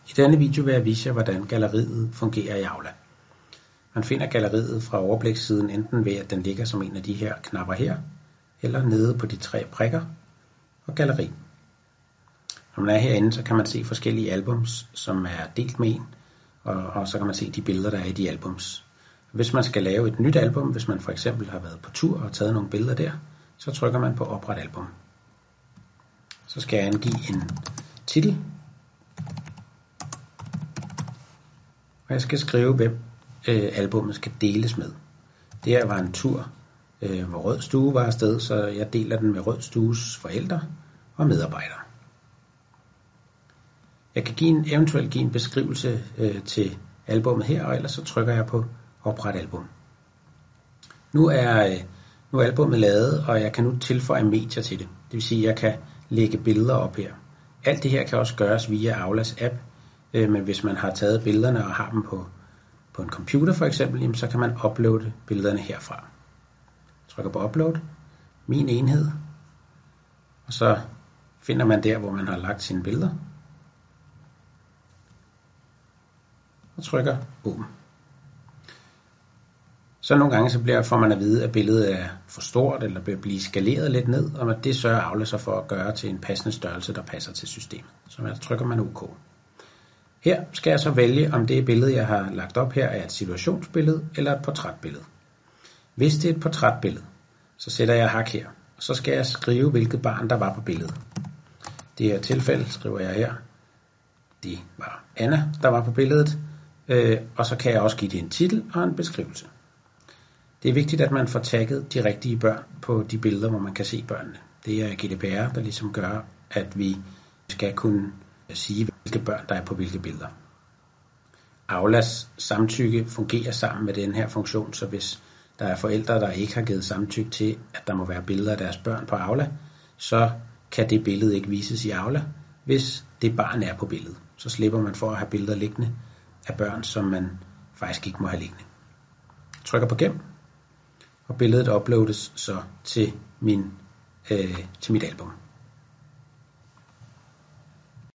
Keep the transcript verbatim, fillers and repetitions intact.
I denne video vil jeg vise jer, hvordan galleriet fungerer i Aula. Man finder galleriet fra overblikssiden enten ved, at den ligger som en af de her knapper her, eller nede på de tre prikker og galleri. Når man er herinde, så kan man se forskellige albums, som er delt med en, og, og så kan man se de billeder, der er i de albums. Hvis man skal lave et nyt album, hvis man for eksempel har været på tur og taget nogle billeder der, så trykker man på opret album. Så skal jeg angive en titel, og jeg skal skrive, hvem øh, albummet skal deles med. Det her var en tur, øh, hvor Rød Stue var afsted, så jeg deler den med Rød Stues forældre og medarbejdere. Jeg kan give en, eventuelt give en beskrivelse øh, til albummet her, og ellers så trykker jeg på opret album. Nu er, øh, nu er albummet lavet, og jeg kan nu tilføje medier til det. Det vil sige, at jeg kan lægge billeder op her. Alt det her kan også gøres via Aulas app, øh, men hvis man har taget billederne og har dem på, på en computer for eksempel, jamen, så kan man uploade billederne herfra. Jeg trykker på upload, min enhed, og så finder man der, hvor man har lagt sine billeder, og trykker åbn. Så nogle gange så bliver, får man at vide, at billedet er for stort, eller bliver blive skaleret lidt ned, og det sørger Aula så for at gøre til en passende størrelse, der passer til systemet. Så man trykker man OK. Her skal jeg så vælge, om det billede, jeg har lagt op her, er et situationsbillede eller et portrætbillede. Hvis det er et portrætbillede, så sætter jeg hak her, og så skal jeg skrive, hvilket barn der var på billedet. Det her tilfælde skriver jeg her, det var Anna, der var på billedet, øh, og så kan jeg også give det en titel og en beskrivelse. Det er vigtigt, at man får tagget de rigtige børn på de billeder, hvor man kan se børnene. Det er G D P R, der ligesom gør, at vi skal kunne sige, hvilke børn der er på hvilke billeder. Aulas samtykke fungerer sammen med den her funktion, så hvis der er forældre, der ikke har givet samtykke til, at der må være billeder af deres børn på Aula, så kan det billede ikke vises i Aula, hvis det barn er på billedet. Så slipper man for at have billeder liggende af børn, som man faktisk ikke må have liggende. Jeg trykker på gem, og billedet uploades så til, min, øh, til mit album.